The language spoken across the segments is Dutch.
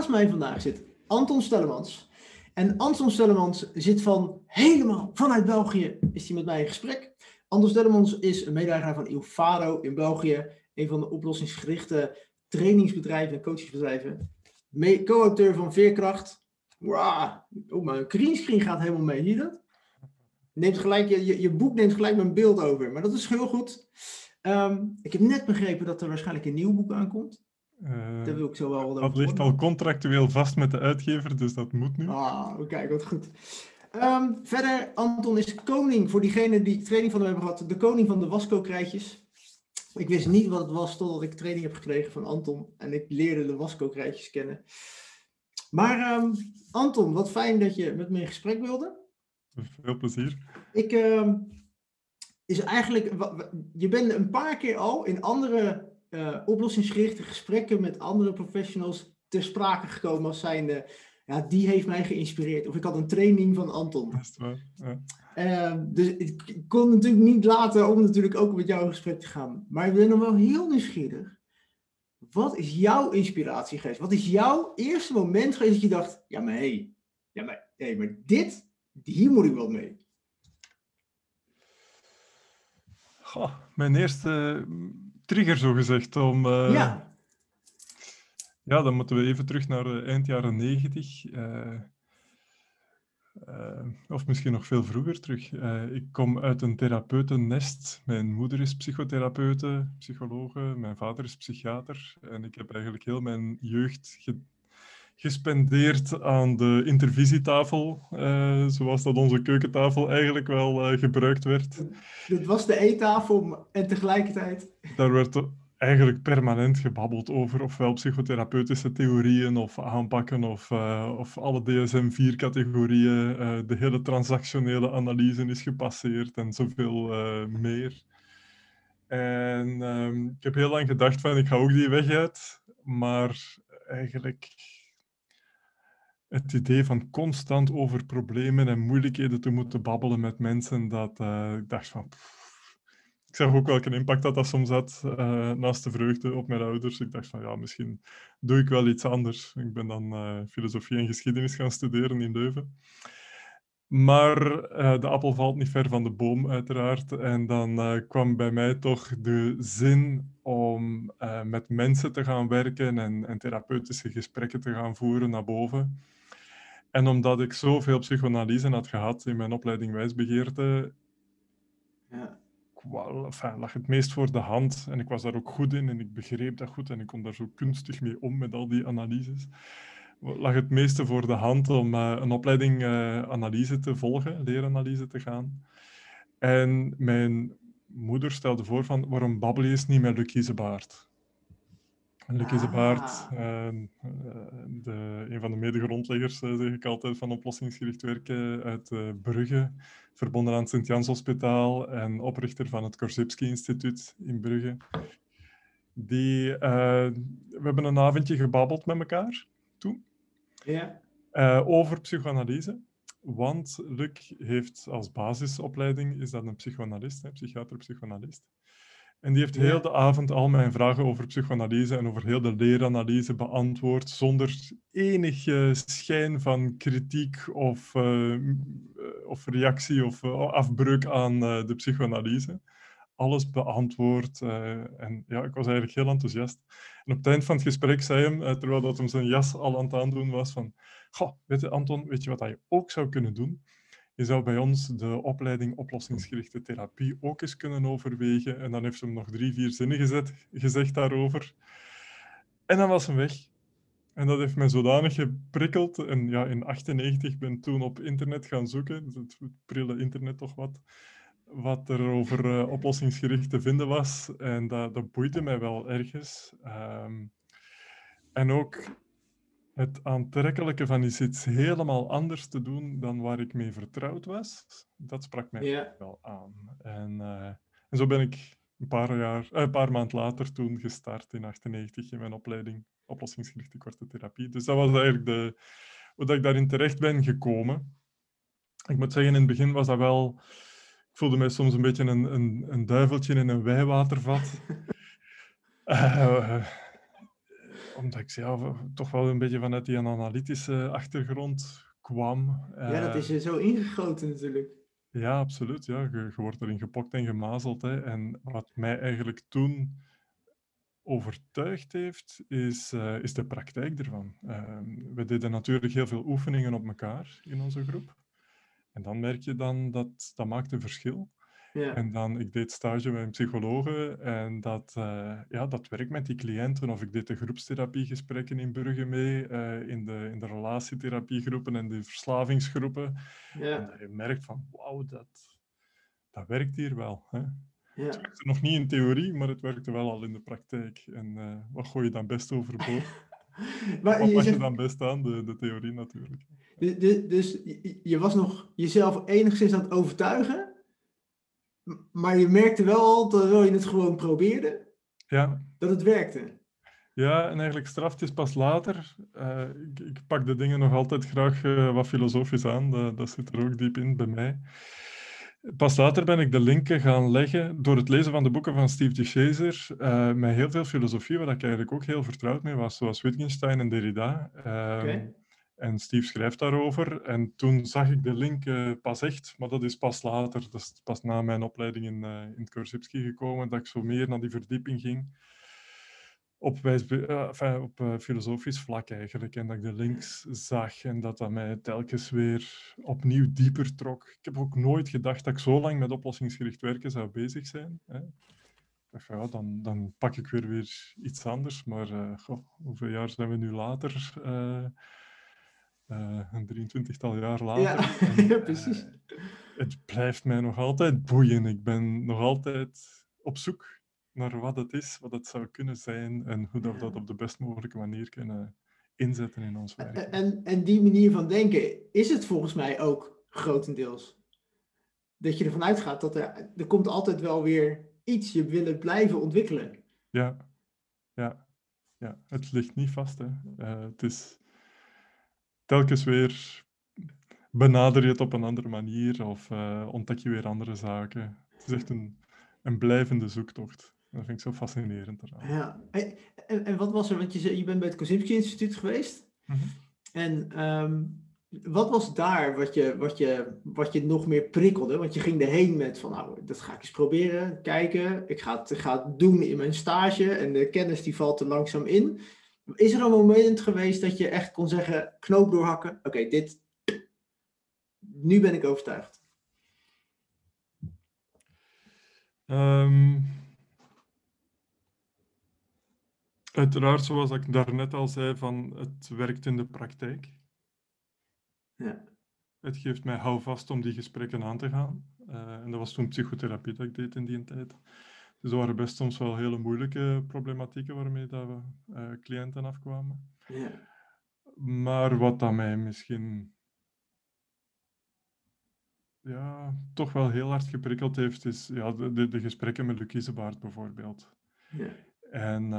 mij vandaag zit Anton Stellemans. En Anton Stellemans zit helemaal vanuit België, is hij met mij in gesprek. Anton Stellemans is een medeeigenaar van Il Faro in België. Een van de oplossingsgerichte trainingsbedrijven en coachingsbedrijven. Co-auteur van Veerkracht. Wow. Oh, mijn greenscreen gaat helemaal mee. Zie je dat? Neemt gelijk, je boek neemt gelijk mijn beeld over. Maar dat is heel goed. Ik heb net begrepen dat er waarschijnlijk een nieuw boek aankomt. Daar wil ik zo wel wat over Dat ligt al contractueel vast met de uitgever, dus dat moet nu. Oké, wat goed. Verder, Anton is koning, voor diegenen die training van hem hebben gehad, de koning van de waskookkrijtjes. Ik wist niet wat het was totdat ik training heb gekregen van Anton. En ik leerde de waskookkrijtjes kennen. Maar Anton, wat fijn dat je met me in gesprek wilde. Veel plezier. Je bent een paar keer al in andere oplossingsgerichte gesprekken met andere professionals ter sprake gekomen als zijnde, die heeft mij geïnspireerd. Of ik had een training van Anton. Dat is waar, ja. Dus ik kon natuurlijk niet laten om natuurlijk ook met jou in gesprek te gaan. Maar ik ben nog wel heel nieuwsgierig. Wat is jouw inspiratie geweest? Wat is jouw eerste moment geweest dat je dacht, maar hier moet ik wat mee? Goh, mijn eerste trigger, zogezegd, om... Ja, dan moeten we even terug naar eind jaren 90. Of misschien nog veel vroeger terug. Ik kom uit een therapeutennest. Mijn moeder is psychotherapeute, psychologe. Mijn vader is psychiater. En ik heb eigenlijk heel mijn jeugd gespendeerd aan de intervisietafel, zoals dat onze keukentafel eigenlijk wel gebruikt werd. Dit was de eettafel en tegelijkertijd... Daar werd eigenlijk permanent gebabbeld over ofwel psychotherapeutische theorieën of aanpakken of alle DSM-4-categorieën. De hele transactionele analyse is gepasseerd en zoveel meer. En ik heb heel lang gedacht van ik ga ook die weg uit, maar eigenlijk het idee van constant over problemen en moeilijkheden te moeten babbelen met mensen, dat ik dacht van... Ik zag ook welke impact dat soms had naast de vreugde op mijn ouders. Ik dacht van misschien doe ik wel iets anders. Ik ben dan filosofie en geschiedenis gaan studeren in Leuven. Maar de appel valt niet ver van de boom, uiteraard. En dan kwam bij mij toch de zin om met mensen te gaan werken en therapeutische gesprekken te gaan voeren naar boven. En omdat ik zoveel psychoanalyse had gehad in mijn opleiding wijsbegeerte, lag het meest voor de hand. En ik was daar ook goed in en ik begreep dat goed en ik kon daar zo kunstig mee om met al die analyses. Lag het meeste voor de hand om een opleiding analyse te volgen, leeranalyse te gaan. En mijn moeder stelde voor van, waarom babbel je eens niet met Luc Isebaert? Luc Isebaert, een van de medegrondleggers, zeg ik altijd, van oplossingsgericht werken uit Brugge, verbonden aan het Sint-Jans-hospitaal en oprichter van het Korzybski-instituut in Brugge. We hebben een avondje gebabbeld met elkaar toen, over psychoanalyse. Want Luc heeft als basisopleiding, is dat een psychoanalist, psychiater-psychoanalist. En die heeft heel de avond al mijn vragen over psychoanalyse en over heel de leeranalyse beantwoord, zonder enige schijn van kritiek of reactie of afbreuk aan de psychoanalyse. Alles beantwoord. En ik was eigenlijk heel enthousiast. En op het eind van het gesprek zei hij, terwijl dat hem zijn jas al aan het aandoen was, van, goh, weet je, Anton, weet je wat je ook zou kunnen doen? Je zou bij ons de opleiding oplossingsgerichte therapie ook eens kunnen overwegen. En dan heeft ze hem nog 3-4 zinnen gezegd daarover. En dan was hij weg. En dat heeft mij zodanig geprikkeld. En in 1998 ben ik toen op internet gaan zoeken. Het prille internet toch wat er over oplossingsgericht te vinden was. En dat boeide mij wel ergens. En ook... het aantrekkelijke van iets helemaal anders te doen dan waar ik mee vertrouwd was, dat sprak mij wel aan. En zo ben ik een paar maanden later toen gestart in 1998 in mijn opleiding oplossingsgerichte korte therapie. Dus dat was eigenlijk hoe dat ik daarin terecht ben gekomen. Ik moet zeggen, in het begin was dat wel... Ik voelde mij soms een beetje een duiveltje in een wijwatervat. Omdat ik toch wel een beetje vanuit die analytische achtergrond kwam. Ja, dat is er zo ingegoten natuurlijk. Ja, absoluut. Ja. Je wordt erin gepokt en gemazeld. Hè. En wat mij eigenlijk toen overtuigd heeft, is de praktijk ervan. We deden natuurlijk heel veel oefeningen op elkaar in onze groep. En dan merk je dan dat maakt een verschil. Ja. En dan, ik deed stage bij een psychologe en dat werkt met die cliënten. Of ik deed de groepstherapiegesprekken in Brugge mee, in de relatietherapiegroepen en de verslavingsgroepen. Ja. En dat je merkt van, wauw, dat werkt hier wel. Hè? Het Ja. werkte nog niet in theorie, maar het werkte wel al in de praktijk. En wat gooi je dan best overboord? Of Maar wat je pas je zegt, dan best aan? De theorie natuurlijk. dus je was nog jezelf enigszins aan het overtuigen, maar je merkte wel al, terwijl je het gewoon probeerde, Ja, dat het werkte. ja, en eigenlijk strafjes pas later. Ik pak de dingen nog altijd graag wat filosofisch aan. Dat zit er ook diep in bij mij. Pas later ben ik de linken gaan leggen door het lezen van de boeken van Steve DeShazer met heel veel filosofie, waar ik eigenlijk ook heel vertrouwd mee was, zoals Wittgenstein en Derrida. Oké? En Steve schrijft daarover. En toen zag ik de link pas echt, maar dat is pas later, dat is pas na mijn opleiding in het Korzybski gekomen, dat ik zo meer naar die verdieping ging op filosofisch vlak eigenlijk. En dat ik de links zag en dat mij telkens weer opnieuw dieper trok. Ik heb ook nooit gedacht dat ik zo lang met oplossingsgericht werken zou bezig zijn. Hè. Ik dacht van, ja, dan pak ik weer iets anders. Maar hoeveel jaar zijn we nu later? Een 23-tal jaar Ja, later. En precies. het blijft mij nog altijd boeien. Ik ben nog altijd op zoek naar wat het is, wat het zou kunnen zijn en hoe dat we dat op de best mogelijke manier kunnen inzetten in ons werk. En die manier van denken is het volgens mij ook grotendeels. Dat je ervan uitgaat dat er komt altijd wel weer iets, je wil het blijven ontwikkelen. Ja, ja, ja. Het ligt niet vast. Hè. Het is telkens weer benader je het op een andere manier of ontdek je weer andere zaken. Het is echt een blijvende zoektocht. Dat vind ik zo fascinerend eraan. Ja. En wat was er, want je bent bij het Korzybski Instituut geweest. Mhm. En wat was daar wat je nog meer prikkelde? Want je ging erheen met van, nou, dat ga ik eens proberen, kijken. Ik ga het doen in mijn stage en de kennis die valt er langzaam in. Is er een moment geweest dat je echt kon zeggen, knoop doorhakken? Oké, nu ben ik overtuigd. Uiteraard, zoals ik daarnet al zei, van het werkt in de praktijk. Ja. Het geeft mij houvast om die gesprekken aan te gaan. En dat was toen psychotherapie dat ik deed in die tijd. Dus er waren best soms wel hele moeilijke problematieken waarmee dat we cliënten afkwamen. Ja. Maar wat dat mij misschien toch wel heel hard geprikkeld heeft, is de gesprekken met Luc Isebaert bijvoorbeeld. Ja. En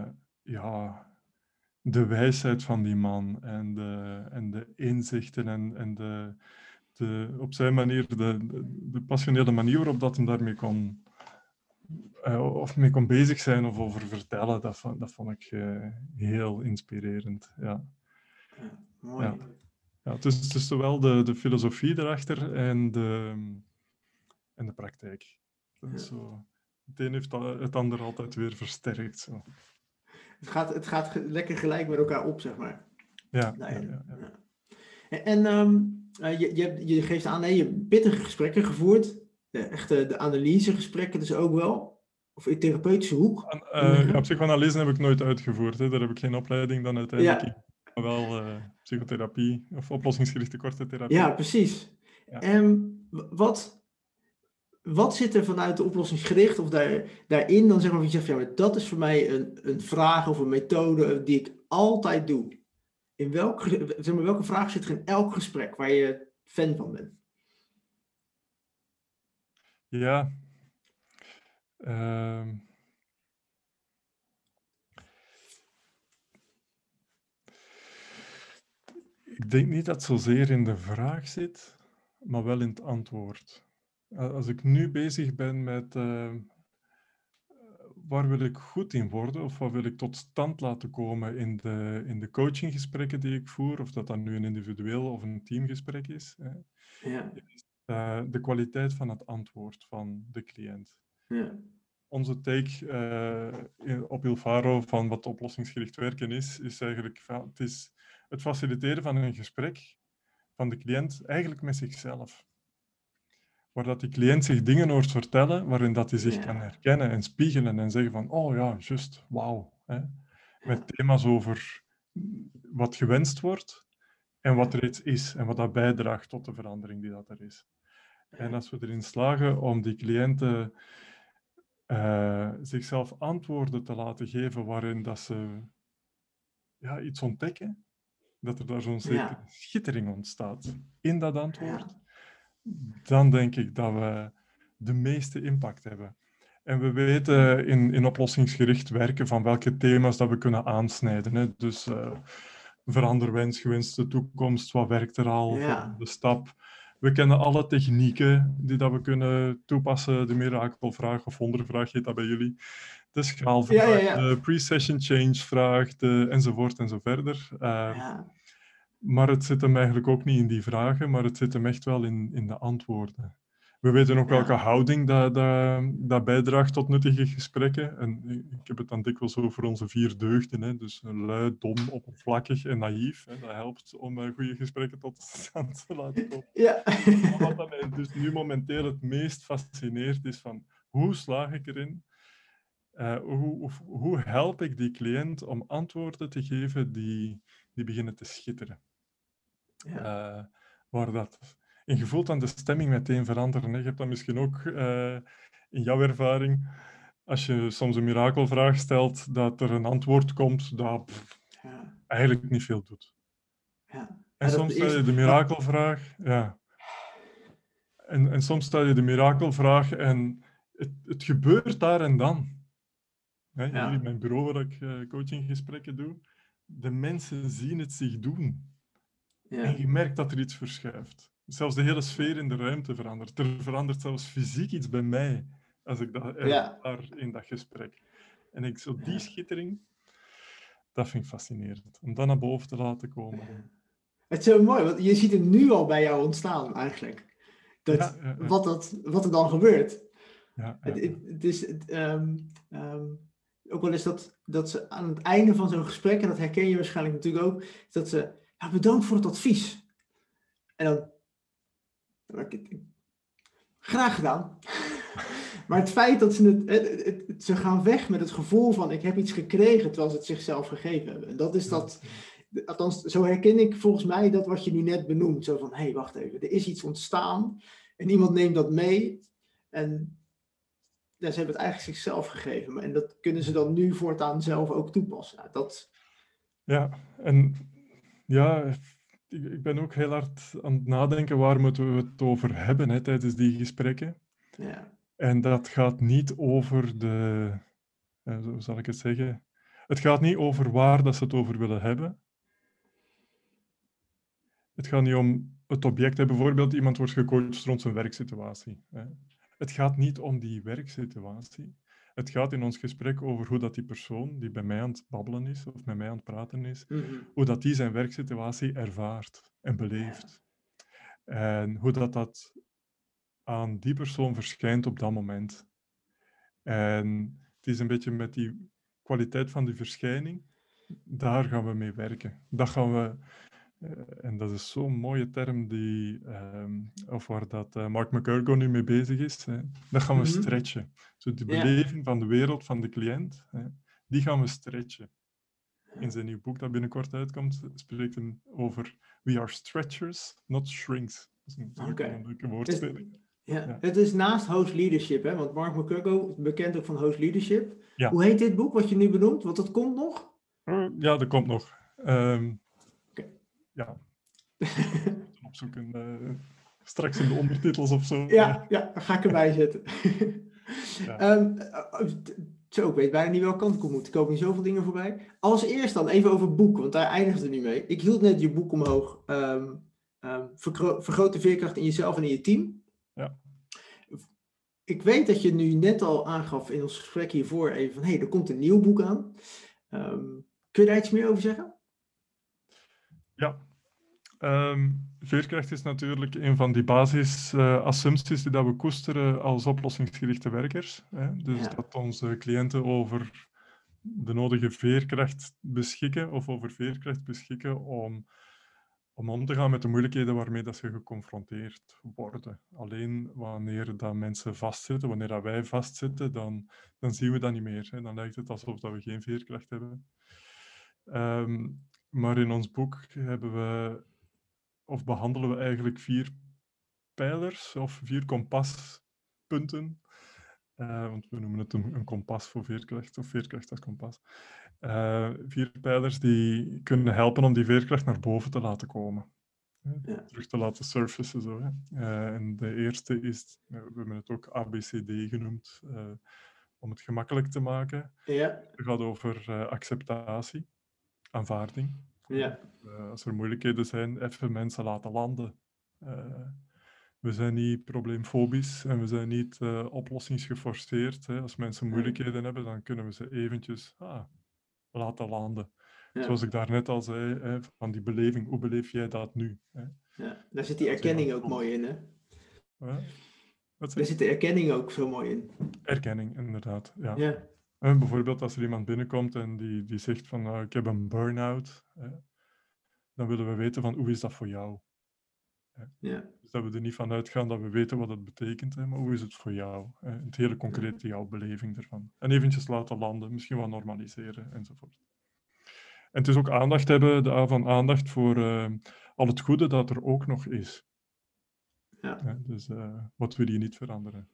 de wijsheid van die man en de inzichten en op zijn manier de passionele manier waarop dat hem daarmee kon mee kon bezig zijn of over vertellen, dat vond ik heel inspirerend. Ja. Ja, mooi. Ja. Ja, het is zowel de filosofie erachter en de praktijk. Dat is zo, het een heeft het ander altijd weer versterkt. Zo. Het gaat lekker gelijk met elkaar op, zeg maar. Ja, Nou, ja. En je geeft aan, je hebt pittige gesprekken gevoerd. De analysegesprekken dus ook wel. Of in therapeutische hoek. Psychoanalyse heb ik nooit uitgevoerd. Hè. Daar heb ik geen opleiding dan uiteindelijk in. Maar wel psychotherapie of oplossingsgerichte korte therapie. Ja, precies. Ja. En wat zit er vanuit de oplossingsgericht of daarin dan zeg maar, je zegt, ja, maar dat is voor mij een vraag of een methode die ik altijd doe. In welke vraag zit er in elk gesprek waar je fan van bent? Ja. Ik denk niet dat het zozeer in de vraag zit, maar wel in het antwoord. Als ik nu bezig ben met waar wil ik goed in worden of wat wil ik tot stand laten komen in de coachinggesprekken die ik voer, of dat nu een individueel of een teamgesprek is, Ja. is de kwaliteit van het antwoord van de cliënt. Ja. Onze take op Ilfaro van wat oplossingsgericht werken is eigenlijk het is het faciliteren van een gesprek van de cliënt eigenlijk met zichzelf. Waar dat die cliënt zich dingen hoort vertellen, waarin dat hij zich kan herkennen en spiegelen en zeggen van, oh ja, juist, wauw. Met thema's over wat gewenst wordt en wat er iets is en wat dat bijdraagt tot de verandering die dat er is. En als we erin slagen om die cliënten zichzelf antwoorden te laten geven waarin dat ze iets ontdekken, dat er daar zo'n zekere schittering ontstaat in dat antwoord, dan denk ik dat we de meeste impact hebben. En we weten in oplossingsgericht werken van welke thema's dat we kunnen aansnijden. Hè. Dus veranderwens, gewenste toekomst, wat werkt er al, volgende stap. We kennen alle technieken die dat we kunnen toepassen. De mirakelvraag of wondervraag heet dat bij jullie. De schaalvraag, de pre-session change vraag, enzovoort en zo verder. Maar het zit hem eigenlijk ook niet in die vragen, maar het zit hem echt wel in de antwoorden. We weten ook welke houding dat bijdraagt tot nuttige gesprekken. En ik heb het dan dikwijls over onze 4 deugden. Hè. Dus lui, dom, oppervlakkig en naïef. Hè. Dat helpt om goede gesprekken tot stand te laten komen. Ja. Maar wat mij dus nu momenteel het meest fascineert is van hoe slaag ik erin? Hoe help ik die cliënt om antwoorden te geven die beginnen te schitteren? Waar dat... En je voelt dan de stemming meteen veranderen. Hè. Je hebt dat misschien ook in jouw ervaring, als je soms een mirakelvraag stelt, dat er een antwoord komt dat eigenlijk niet veel doet. En soms stel je de mirakelvraag, en soms stel je de mirakelvraag en het gebeurt daar en dan. Hè, hier in mijn bureau waar ik coachinggesprekken doe, de mensen zien het zich doen. En je merkt dat er iets verschuift. Zelfs de hele sfeer in de ruimte verandert. Er verandert zelfs fysiek iets bij mij als ik dat ervaar in dat gesprek. En die schittering, dat vind ik fascinerend. Om dat naar boven te laten komen. Het is zo mooi, want je ziet het nu al bij jou ontstaan eigenlijk. Wat er dan gebeurt. Het is ook wel eens dat ze aan het einde van zo'n gesprek, en dat herken je waarschijnlijk natuurlijk ook, dat ze, bedankt voor het advies. En dan graag gedaan. Maar het feit dat ze gaan weg met het gevoel van ik heb iets gekregen terwijl ze het zichzelf gegeven hebben. En dat is althans, zo herken ik volgens mij dat wat je nu net benoemt. Zo van, hé, wacht even, er is iets ontstaan en iemand neemt dat mee en ze hebben het eigenlijk zichzelf gegeven. En dat kunnen ze dan nu voortaan zelf ook toepassen. Ik ben ook heel hard aan het nadenken waar moeten we het over hebben tijdens die gesprekken. En dat gaat niet over hoe zal ik het zeggen? Het gaat niet over waar dat ze het over willen hebben. Het gaat niet om het object. Bijvoorbeeld, iemand wordt gecoacht rond zijn werksituatie. Het gaat niet om die werksituatie. Het gaat in ons gesprek over hoe dat die persoon die bij mij aan het babbelen is of met mij aan het praten is, hoe dat die zijn werksituatie ervaart en beleeft. En hoe dat aan die persoon verschijnt op dat moment. En het is een beetje met die kwaliteit van die verschijning, daar gaan we mee werken. Dat gaan we... en dat is zo'n mooie term waar dat Mark McCurgo nu mee bezig is. Dat gaan we stretchen. Zo die beleving van de wereld van de cliënt, die gaan we stretchen. In zijn nieuw boek dat binnenkort uitkomt, spreekt hij over we are stretchers, not shrinks. Dat is een leuke woordspeling. Het is naast Host Leadership, hè? Want Mark McCurgo, bekend ook van Host Leadership. Ja. Hoe heet dit boek, wat je nu benoemt? Want dat komt nog? Ja, dat komt nog. Ja. Opzoeken. Straks in de ondertitels of zo. Ja, ga ik erbij zetten. Zo, ik weet bijna niet welke kant ik op moet. Er komen niet zoveel dingen voorbij. Als eerst dan even over het boek, want daar eindigt het nu mee. Ik hield net je boek omhoog. Vergroot de veerkracht in jezelf en in je team. Ja. Ik weet dat je nu net al aangaf in ons gesprek hiervoor even van, er komt een nieuw boek aan. Kun je daar iets meer over zeggen? Ja. Veerkracht is natuurlijk een van die basisassumpties die dat we koesteren als oplossingsgerichte werkers. Hè? Dus dat onze cliënten over de nodige veerkracht beschikken of over veerkracht beschikken om te gaan met de moeilijkheden waarmee dat ze geconfronteerd worden. Alleen wanneer dat mensen vastzitten, wanneer dat wij vastzitten, dan zien we dat niet meer. Hè? Dan lijkt het alsof dat we geen veerkracht hebben. Maar in ons boek behandelen we eigenlijk 4 pijlers of 4 kompaspunten. Want we noemen het een kompas voor veerkracht of veerkracht als kompas. 4 pijlers die kunnen helpen om die veerkracht naar boven te laten komen. Terug te laten surfacen. Zo, hè. En de eerste is, we hebben het ook ABCD genoemd, om het gemakkelijk te maken. Ja. Het gaat over acceptatie, aanvaarding. Ja. Als er moeilijkheden zijn, even mensen laten landen. We zijn niet probleemfobisch en we zijn niet oplossingsgeforceerd. Hè. Als mensen moeilijkheden hebben, dan kunnen we ze eventjes laten landen. Ja. Zoals ik daarnet al zei, hè, van die beleving. Hoe beleef jij dat nu? Hè? Ja, daar zit die erkenning ook mooi in, hè? Daar zit de erkenning ook zo mooi in. Erkenning, inderdaad. Ja. Ja. En bijvoorbeeld als er iemand binnenkomt en die zegt van ik heb een burn-out, dan willen we weten van hoe is dat voor jou? Ja. Dus dat we er niet van uitgaan dat we weten wat het betekent, maar hoe is het voor jou? Het hele concrete jouw beleving ervan. En eventjes laten landen, misschien wat normaliseren enzovoort. En het is ook aandacht hebben, de A van aandacht voor al het goede dat er ook nog is. Ja. Dus wat wil je niet veranderen?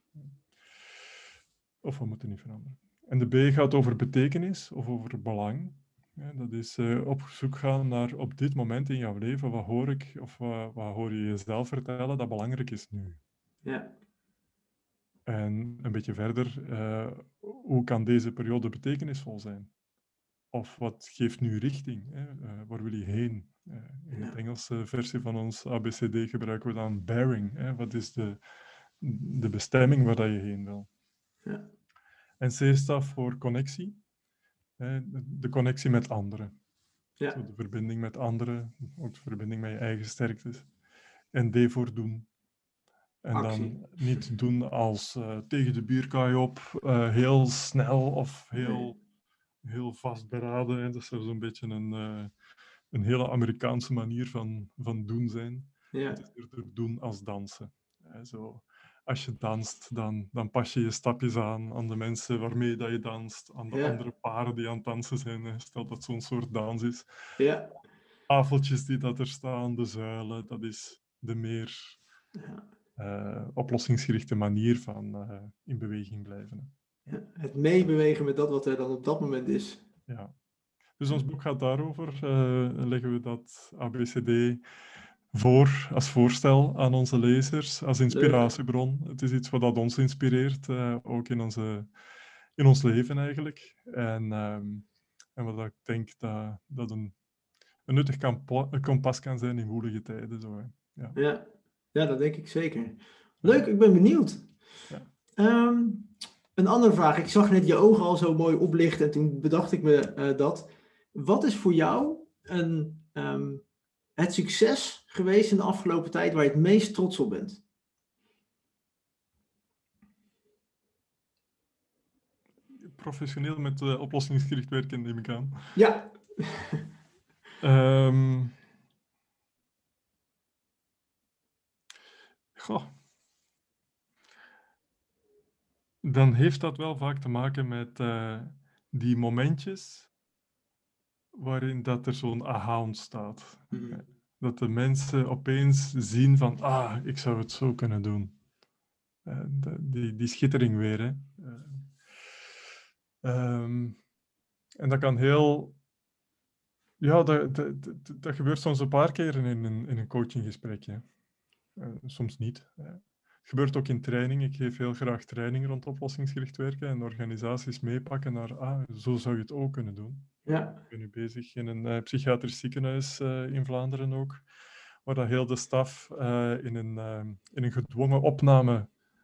Of we moeten niet veranderen. En de B gaat over betekenis of over belang. Dat is op zoek gaan naar op dit moment in jouw leven, wat hoor ik of wat hoor je jezelf vertellen dat belangrijk is nu. Ja. En een beetje verder, hoe kan deze periode betekenisvol zijn? Of wat geeft nu richting? Waar wil je heen? In de Engelse versie van ons ABCD gebruiken we dan bearing. Wat is de bestemming waar je heen wil? Ja. En C staat voor connectie. De connectie met anderen. Ja. Zo de verbinding met anderen, ook de verbinding met je eigen sterktes. En D voor doen. En actie. Dan niet doen als tegen de buurkaai op, heel snel of heel vastberaden. Dat zou zo'n beetje een hele Amerikaanse manier van doen zijn. Ja. Het is eerder doen als dansen. Zo, als je danst, dan pas je je stapjes aan de mensen waarmee dat je danst, aan de andere paren die aan het dansen zijn. Stel dat zo'n soort dans is. Ja. Tafeltjes die dat er staan, de zuilen, dat is de meer oplossingsgerichte manier van in beweging blijven. Ja, het meebewegen met dat wat er dan op dat moment is. Ja. Dus ons boek gaat daarover. Leggen we dat ABCD voor als voorstel aan onze lezers, als inspiratiebron. Leuk. Het is iets wat ons inspireert, ook in ons leven eigenlijk. En wat ik denk dat een nuttig kompas kan zijn in woelige tijden. Zo, ja, dat denk ik zeker. Leuk, ik ben benieuwd. Ja. Een andere vraag. Ik zag net je ogen al zo mooi oplichten en toen bedacht ik me dat. Wat is voor jou het succes geweest in de afgelopen tijd waar je het meest trots op bent? Professioneel met oplossingsgericht werken, neem ik aan. Ja. Goh. Dan heeft dat wel vaak te maken met die momentjes waarin dat er zo'n aha ontstaat. Mm-hmm. Dat de mensen opeens zien van, ik zou het zo kunnen doen. Die schittering weer. Hè. En dat kan heel... Ja, dat gebeurt soms een paar keer in een coachinggesprekje. Soms niet. Het gebeurt ook in training. Ik geef heel graag training rond oplossingsgericht werken en organisaties meepakken naar, zo zou je het ook kunnen doen. Ja. Ik ben nu bezig in een psychiatrisch ziekenhuis in Vlaanderen ook, waar dat heel de staf in een gedwongen opname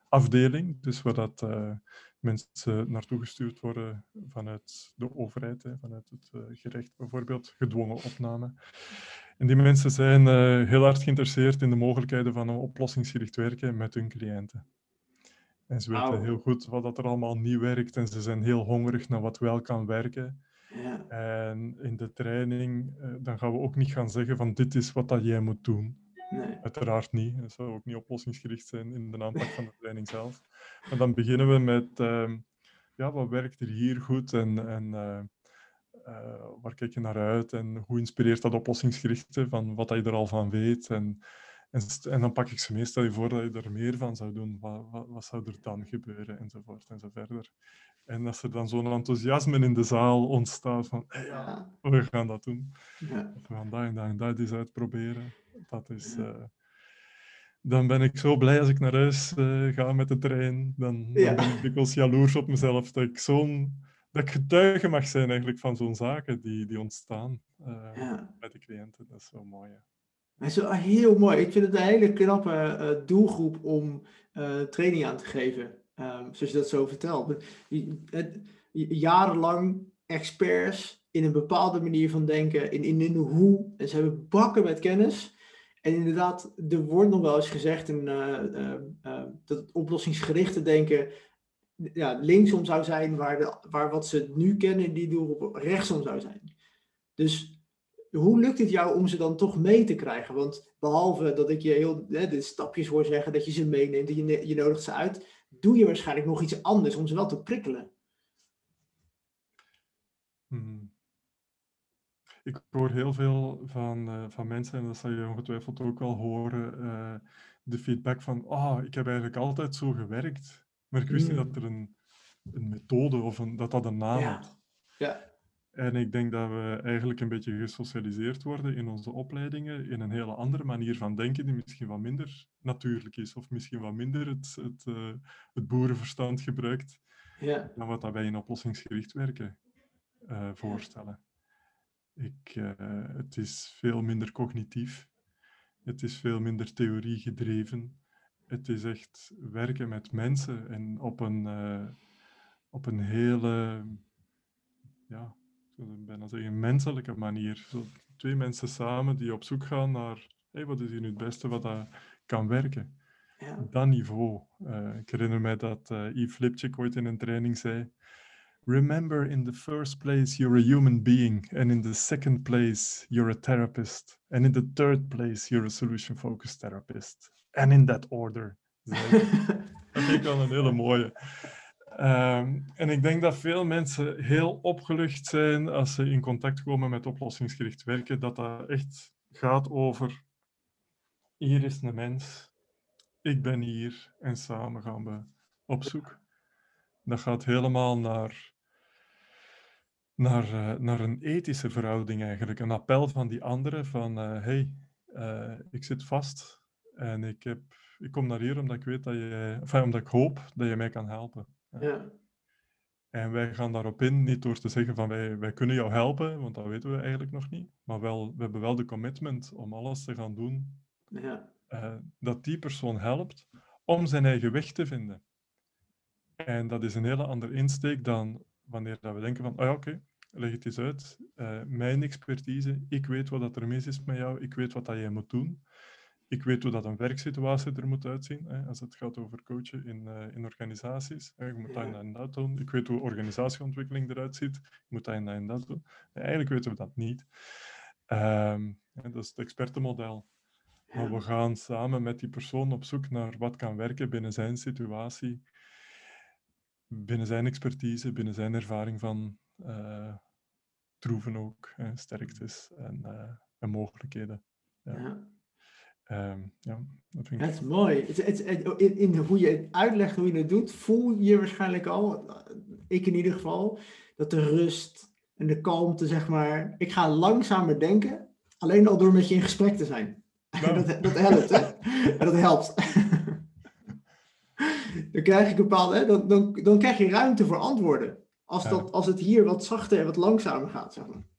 afdeling, dus waar dat mensen naartoe gestuurd worden vanuit de overheid, vanuit het gerecht bijvoorbeeld, gedwongen opname. En die mensen zijn heel hard geïnteresseerd in de mogelijkheden van een oplossingsgericht werken met hun cliënten. En ze weten heel goed wat dat er allemaal niet werkt en ze zijn heel hongerig naar wat wel kan werken. Ja. En in de training, dan gaan we ook niet gaan zeggen van dit is wat dat jij moet doen. Nee. Uiteraard niet. Dat zou ook niet oplossingsgericht zijn in de aanpak van de training zelf. Maar dan beginnen we met wat werkt er hier goed en waar kijk je naar uit en hoe inspireert dat oplossingsgerichte van wat je er al van weet. En dan pak ik ze mee, stel je voor dat je er meer van zou doen. Wat zou er dan gebeuren? Enzovoort en zo verder. En als er dan zo'n enthousiasme in de zaal ontstaat van we gaan dat doen. Ja. Of we gaan dat en dat en dat eens uitproberen. Dat is... Dan ben ik zo blij als ik naar huis ga met de trein. Dan ben ik dikwijls jaloers op mezelf dat ik getuige mag zijn eigenlijk van zo'n zaken die ontstaan bij de cliënten. Dat is zo mooi. Ja. Dat is wel heel mooi. Ik vind het een hele knappe doelgroep om training aan te geven. Zoals je dat zo vertelt. Jarenlang experts in een bepaalde manier van denken, in de hoe. En ze hebben bakken met kennis. En inderdaad, er wordt nog wel eens gezegd dat het oplossingsgerichte denken linksom zou zijn, waar wat ze nu kennen, die doelgroep rechtsom zou zijn. Dus hoe lukt het jou om ze dan toch mee te krijgen? Want behalve dat ik je de stapjes hoor zeggen, dat je ze meeneemt, je nodigt ze uit, doe je waarschijnlijk nog iets anders om ze wel te prikkelen. Ik hoor heel veel van mensen, en dat zal je ongetwijfeld ook wel horen, de feedback van, ik heb eigenlijk altijd zo gewerkt, maar ik wist niet dat er een methode of dat een naam had. Ja. En ik denk dat we eigenlijk een beetje gesocialiseerd worden in onze opleidingen in een hele andere manier van denken, die misschien wat minder natuurlijk is, of misschien wat minder het boerenverstand gebruikt, dan wat dat wij in oplossingsgericht werken voorstellen. Het is veel minder cognitief. Het is veel minder theorie gedreven. Het is echt werken met mensen en op een hele, ik zou bijna zeggen, menselijke manier. Zo 2 mensen samen die op zoek gaan naar wat is hier nu het beste wat dat kan werken. Ja. Dat niveau. Ik herinner mij dat Yves Lipchik ooit in een training zei: remember, in the first place, you're a human being. And in the second place, you're a therapist. And in the third place, you're a solution-focused therapist. And in that order. Dat vind ik wel een hele mooie. En ik denk dat veel mensen heel opgelucht zijn als ze in contact komen met oplossingsgericht werken. Dat echt gaat over, hier is een mens, ik ben hier en samen gaan we op zoek. Dat gaat helemaal naar een ethische verhouding eigenlijk. Een appel van die andere van ik zit vast en ik kom naar hier omdat ik weet omdat ik hoop dat je mij kan helpen. Ja. En wij gaan daarop in, niet door te zeggen van wij kunnen jou helpen, want dat weten we eigenlijk nog niet. Maar we hebben wel de commitment om alles te gaan doen dat die persoon helpt om zijn eigen weg te vinden. En dat is een hele andere insteek dan wanneer dat we denken van, oké, leg het eens uit. Mijn expertise, ik weet wat er mis is met jou, ik weet wat dat jij moet doen. Ik weet hoe dat een werksituatie er moet uitzien, als het gaat over coachen in organisaties. Je moet dat en dat doen. Ik weet hoe organisatieontwikkeling eruit ziet. Je moet dat en dat doen. Eigenlijk weten we dat niet. Dat is het expertenmodel. Maar we gaan samen met die persoon op zoek naar wat kan werken binnen zijn situatie, binnen zijn expertise, binnen zijn ervaring van troeven ook, sterktes en mogelijkheden. Dat vind ik... Dat is mooi. In hoe je het uitlegt, hoe je het doet, voel je waarschijnlijk al, ik in ieder geval, dat de rust en de kalmte, zeg maar, ik ga langzamer denken, alleen al door met je in gesprek te zijn. Nou. Dat helpt, hè? Dat helpt. Dan krijg ik dan krijg je ruimte voor antwoorden. Als het hier wat zachter en wat langzamer gaat, zeg maar.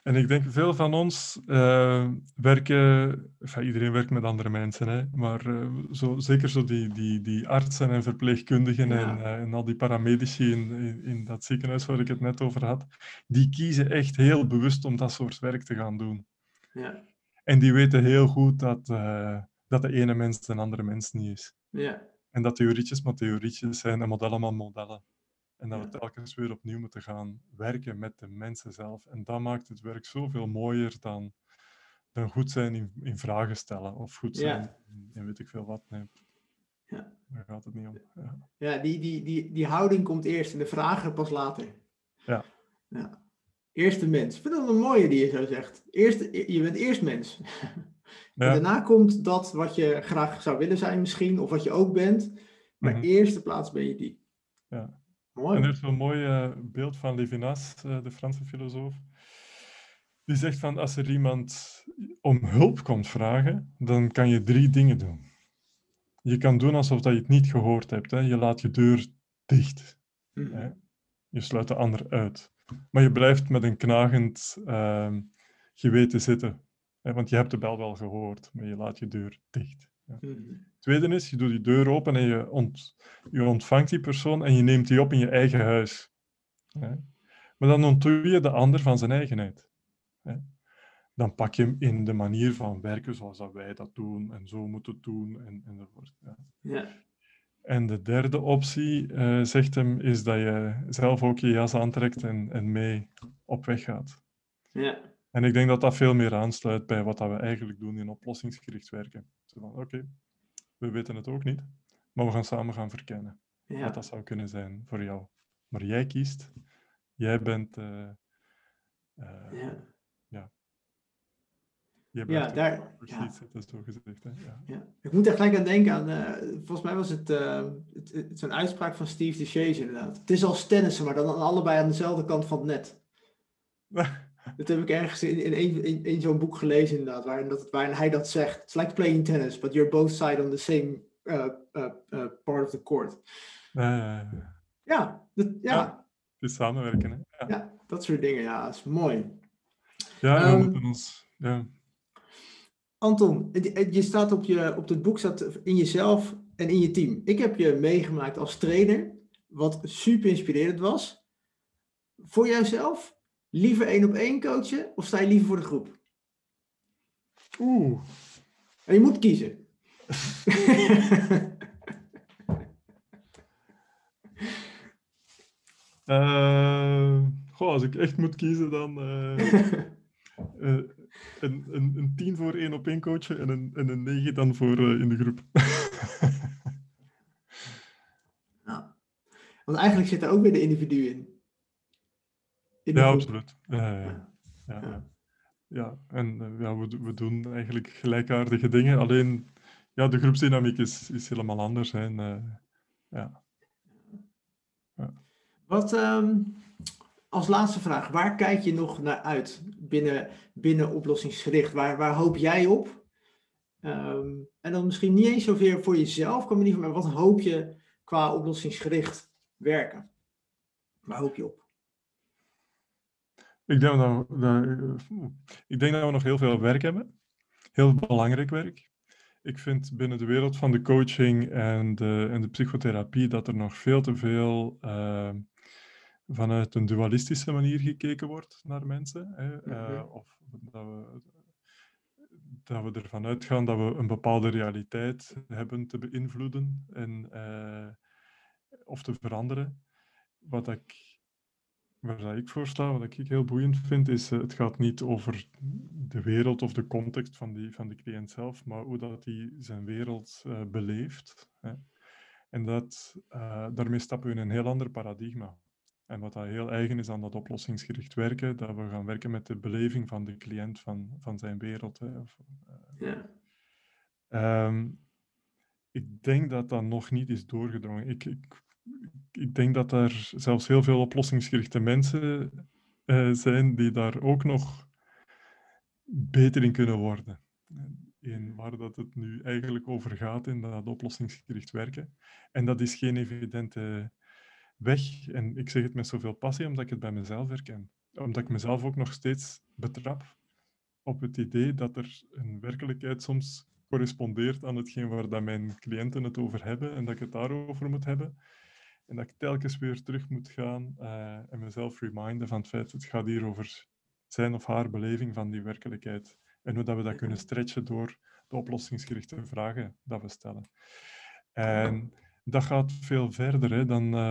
En ik denk, veel van ons werken... Enfin, iedereen werkt met andere mensen, hè, maar zeker zo die artsen en verpleegkundigen en al die paramedici in dat ziekenhuis waar ik het net over had, die kiezen echt heel bewust om dat soort werk te gaan doen. Ja. En die weten heel goed dat de ene mens de andere mens niet is. Ja. En dat theorietjes maar theorietjes zijn en modellen maar modellen. En dat Ja. we telkens weer opnieuw moeten gaan werken met de mensen zelf. En dat maakt het werk zoveel mooier dan goed zijn in vragen stellen. Of goed zijn in weet ik veel wat. Nee, Ja. daar gaat het niet om. Ja, ja die houding komt eerst en de vragen pas later. ja. Ja. Eerst de mens. Ik vind dat een mooie die je zo zegt. Je bent eerst mens. En daarna komt dat wat je graag zou willen zijn misschien, of wat je ook bent. Maar eerste plaats ben je die. Ja. Mooi. En er is zo'n mooi beeld van Levinas, de Franse filosoof. Die zegt van, als er iemand om hulp komt vragen, dan kan je 3 dingen doen. Je kan doen alsof dat je het niet gehoord hebt. Hè. Je laat je deur dicht. Hè. Je sluit de ander uit. Maar je blijft met een knagend geweten zitten. Hè, want je hebt de bel wel gehoord, maar je laat je deur dicht. Ja. Tweede is, je doet die deur open en je ontvangt die persoon en je neemt die op in je eigen huis. Hè. Maar dan ontdoe je de ander van zijn eigenheid. Hè. Dan pak je hem in de manier van werken zoals dat wij dat doen en zo moeten het doen enzovoort. Ja. Ja. En de derde optie, zegt hem, is dat je zelf ook je jas aantrekt en mee op weg gaat. Ja. En ik denk dat dat veel meer aansluit bij wat dat we eigenlijk doen in oplossingsgericht werken. Zo van, oké, we weten het ook niet, maar we gaan samen gaan verkennen wat dat zou kunnen zijn voor jou. Maar jij kiest, jij bent... Je blijft precies zitten, zo gezegd. Hè? Ja. Ja. Ik moet er gelijk aan denken aan, volgens mij was het zo'n uitspraak van Steve DeShazer inderdaad. Het is als tennissen, maar dan allebei aan dezelfde kant van het net. Dat heb ik ergens in zo'n boek gelezen inderdaad, waarin hij dat zegt. It's like playing tennis, but you're both sides on the same part of the court. Het is samenwerken. Hè? Ja, dat soort dingen, ja, dat is mooi. Ja, we moeten ons... Ja. Anton, je staat op het boek staat in jezelf en in je team. Ik heb je meegemaakt als trainer, wat super inspirerend was. Voor jouzelf, liever 1-op-1 coachen of sta je liever voor de groep? En je moet kiezen. Als ik echt moet kiezen, dan een 10 voor 1-op-1 coachen en een 9 dan voor in de groep. Ja. Want eigenlijk zit er ook weer de individu in. Ja, absoluut. Ja, en we doen eigenlijk gelijkaardige dingen, alleen de groepsdynamiek is helemaal anders. Hè. Wat, als laatste vraag, waar kijk je nog naar uit binnen oplossingsgericht? Waar hoop jij op? En dan misschien niet eens zoveel voor jezelf, maar wat hoop je qua oplossingsgericht werken? Waar hoop je op? Ik denk dat we nog heel veel werk hebben. Heel belangrijk werk. Ik vind binnen de wereld van de coaching en de psychotherapie dat er nog veel te veel vanuit een dualistische manier gekeken wordt naar mensen. Hè. Of dat we ervan uitgaan dat we een bepaalde realiteit hebben te beïnvloeden of te veranderen. Waar ik voor sta, wat ik heel boeiend vind, is het gaat niet over de wereld of de context van de cliënt zelf, maar hoe dat hij zijn wereld beleeft. Hè. En daarmee stappen we in een heel ander paradigma. En wat dat heel eigen is aan dat oplossingsgericht werken, dat we gaan werken met de beleving van de cliënt van zijn wereld. Hè. Ik denk dat dat nog niet is doorgedrongen. Ik denk dat er zelfs heel veel oplossingsgerichte mensen zijn die daar ook nog beter in kunnen worden. Waar dat het nu eigenlijk over gaat in dat oplossingsgericht werken. En dat is geen evidente weg. En ik zeg het met zoveel passie, omdat ik het bij mezelf herken. omdat ik mezelf ook nog steeds betrap op het idee dat er een werkelijkheid soms correspondeert aan hetgeen waar dat mijn cliënten het over hebben en dat ik het daarover moet hebben. En dat ik telkens weer terug moet gaan en mezelf reminden van het feit dat het gaat hier over zijn of haar beleving van die werkelijkheid. En hoe dat we dat kunnen stretchen door de oplossingsgerichte vragen dat we stellen. En dat gaat veel verder hè,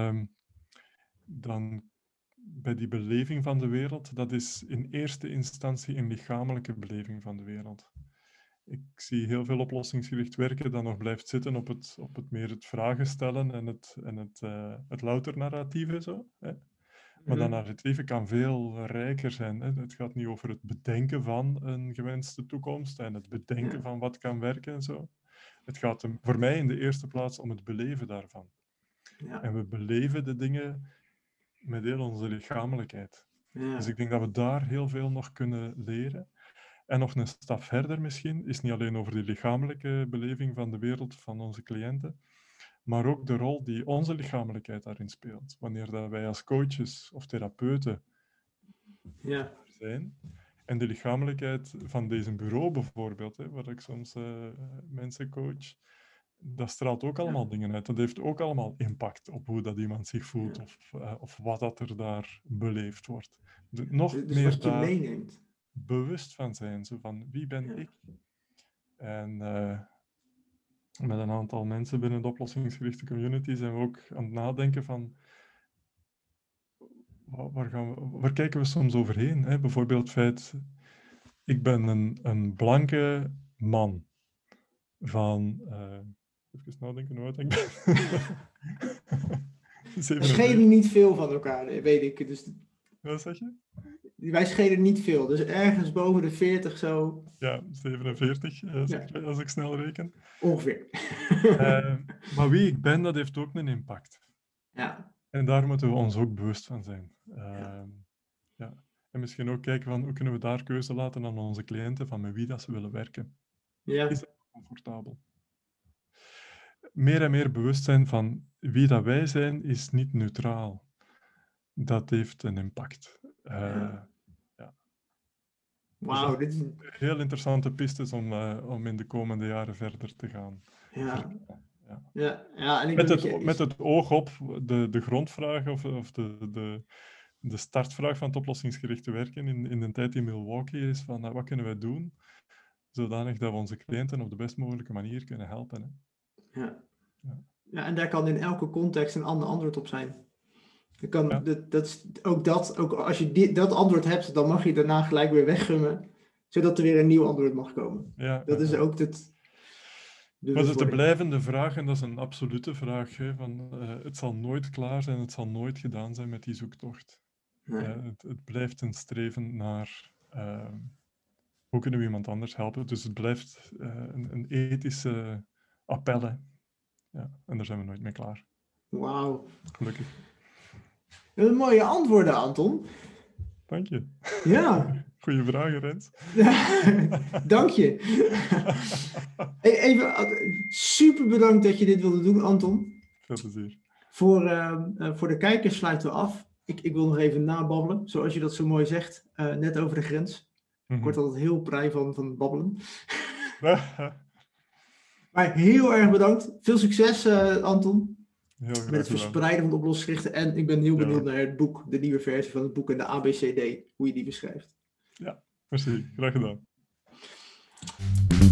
dan bij die beleving van de wereld. Dat is in eerste instantie een lichamelijke beleving van de wereld. Ik zie heel veel oplossingsgericht werken dat nog blijft zitten op het meer het vragen stellen en het louter narratieve. Zo, hè. Maar dat narratieve kan veel rijker zijn. Hè. Het gaat niet over het bedenken van een gewenste toekomst en het bedenken van wat kan werken en zo. Het gaat voor mij in de eerste plaats om het beleven daarvan. Ja. En we beleven de dingen met heel onze lichamelijkheid. Ja. Dus ik denk dat we daar heel veel nog kunnen leren. En nog een stap verder misschien, is niet alleen over die lichamelijke beleving van de wereld van onze cliënten, maar ook de rol die onze lichamelijkheid daarin speelt. Wanneer dat wij als coaches of therapeuten zijn. En de lichamelijkheid van deze bureau bijvoorbeeld, hè, waar ik soms mensen coach, dat straalt ook allemaal dingen uit. Dat heeft ook allemaal impact op hoe dat iemand zich voelt of wat dat er daar beleefd wordt. Nog Dus meer wat je daar meeneemt. bewust van zijn. Zo van, wie ben ik? En met een aantal mensen binnen de oplossingsgerichte community zijn we ook aan het nadenken van waar kijken we soms overheen? Hè? Bijvoorbeeld het feit, ik ben een blanke man van... even nadenken hoe oud ik ben. We schelen niet veel van elkaar, weet ik. Dus wat zeg je? wij schelen niet veel. Dus ergens boven de 40 zo. Ja, 47 als ik snel reken. Ongeveer. Maar wie ik ben, dat heeft ook een impact. Ja. En daar moeten we ons ook bewust van zijn. Ja. En misschien ook kijken van hoe kunnen we daar keuze laten aan onze cliënten van met wie dat ze willen werken. Ja. Is dat comfortabel? Meer en meer bewustzijn van wie dat wij zijn, is niet neutraal. Dat heeft een impact. Wauw, dit is heel interessante pistes om in de komende jaren verder te gaan. En met het oog op de grondvraag of de startvraag van het oplossingsgerichte werken in de tijd in Milwaukee is van wat kunnen wij doen zodanig dat we onze cliënten op de best mogelijke manier kunnen helpen. Hè? Ja, en daar kan in elke context een ander antwoord op zijn. Ook als je dat antwoord hebt, dan mag je daarna gelijk weer weggummen, zodat er weer een nieuw antwoord mag komen. Dat is ook het... Maar dat is de blijvende vraag, en dat is een absolute vraag. Hè, van, het zal nooit klaar zijn, het zal nooit gedaan zijn met die zoektocht. Nee. Het blijft een streven naar hoe kunnen we iemand anders helpen. Dus het blijft een ethische appel. Hè. Ja, en daar zijn we nooit mee klaar. Wauw. Gelukkig. Een mooie antwoorden, Anton. Dank je. Ja. Goeie vragen, Rens. Dank je. Even super bedankt dat je dit wilde doen, Anton. Veel plezier. Voor de kijkers sluiten we af. Ik wil nog even nababbelen, zoals je dat zo mooi zegt, net over de grens. Ik word altijd heel prij van babbelen. Maar heel erg bedankt. Veel succes, Anton. Met het verspreiden van de oplossingsgerichten. En ik ben heel benieuwd naar het boek, de nieuwe versie van het boek en de ABCD, hoe je die beschrijft. Ja, merci. Graag gedaan.